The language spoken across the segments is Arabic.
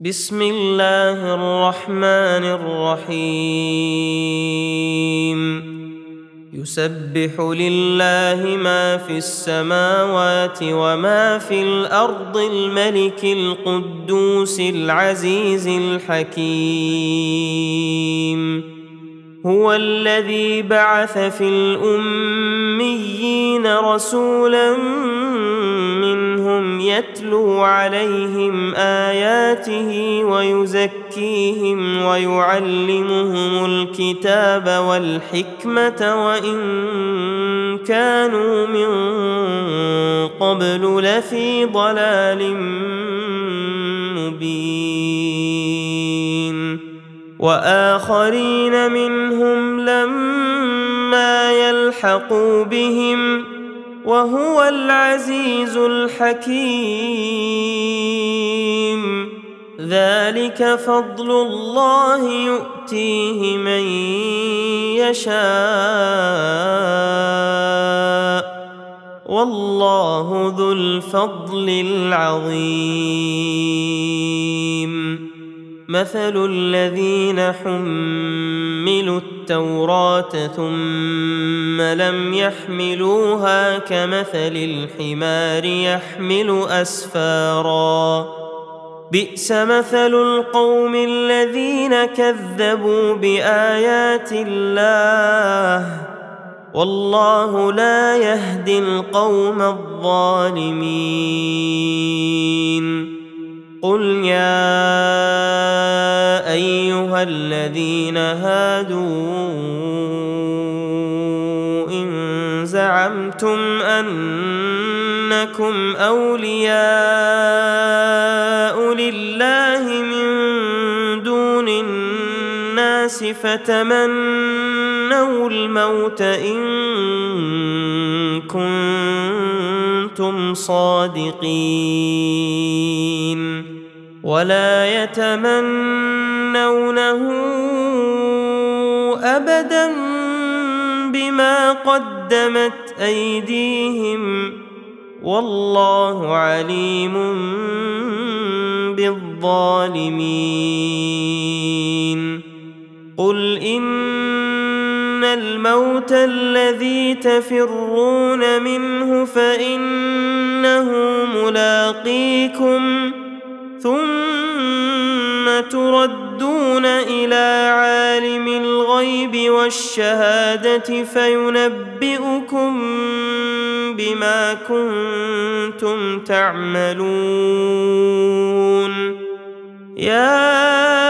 بسم الله الرحمن الرحيم يسبح لله ما في السماوات وما في الأرض الملك القدوس العزيز الحكيم هو الذي بعث في الأميين رسولا منهم يتلو عليهم آياته ويزكيهم ويعلمهم الكتاب والحكمة وإن كانوا من قبل لفي ضلال مبين وآخرين منهم لما يلحقوا بهم وهو العزيز الحكيم ذلك فضل الله يؤتيه من يشاء والله ذو الفضل العظيم مثل الذين حملوا التوراة ثم لم يحملوها كمثل الحمار يحمل أسفارا بئس مثل القوم الذين كذبوا بآيات الله والله لا يهدي القوم الظالمين قل يا أيها الذين هادوا إن زعمتم أنكم أولياء لله من دون الناس فتمنوا الموت إن كنتم صادقين ولا يتمنونه أبدا بما قدمت أيديهم والله عليم بالظالمين قل إن الموت الذي تفرون منه فإنه ملاقيكم ثم تردون إلى عالم الغيب والشهادة فينبئكم بما كنتم تعملون يا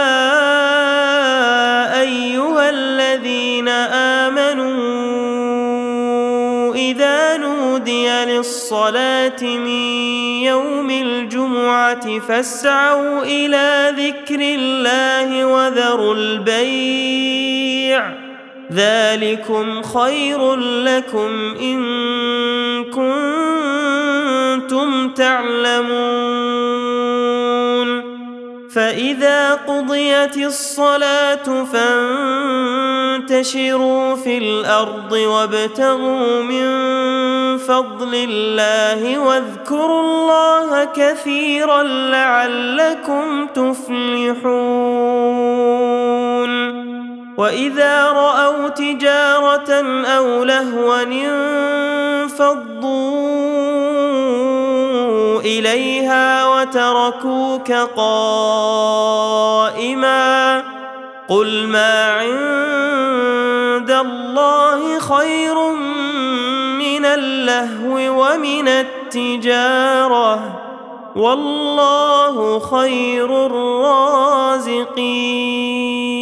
أيها الذين آمنوا إذا نودي للصلاة من يوم الجمعة فاسعوا إلى ذكر الله وذروا البيع ذلكم خير لكم إن كنتم تعلمون فإذا قضيت الصلاة فانتشروا في الأرض وابتغوا من فضل الله واذكروا الله كثيرا لعلكم تفلحون وإذا رأوا تجارة أو لهوا انفضوا إليها وتركوك قائما قل ما عند الله خير من اللهو ومن التجارة والله خير الرازقين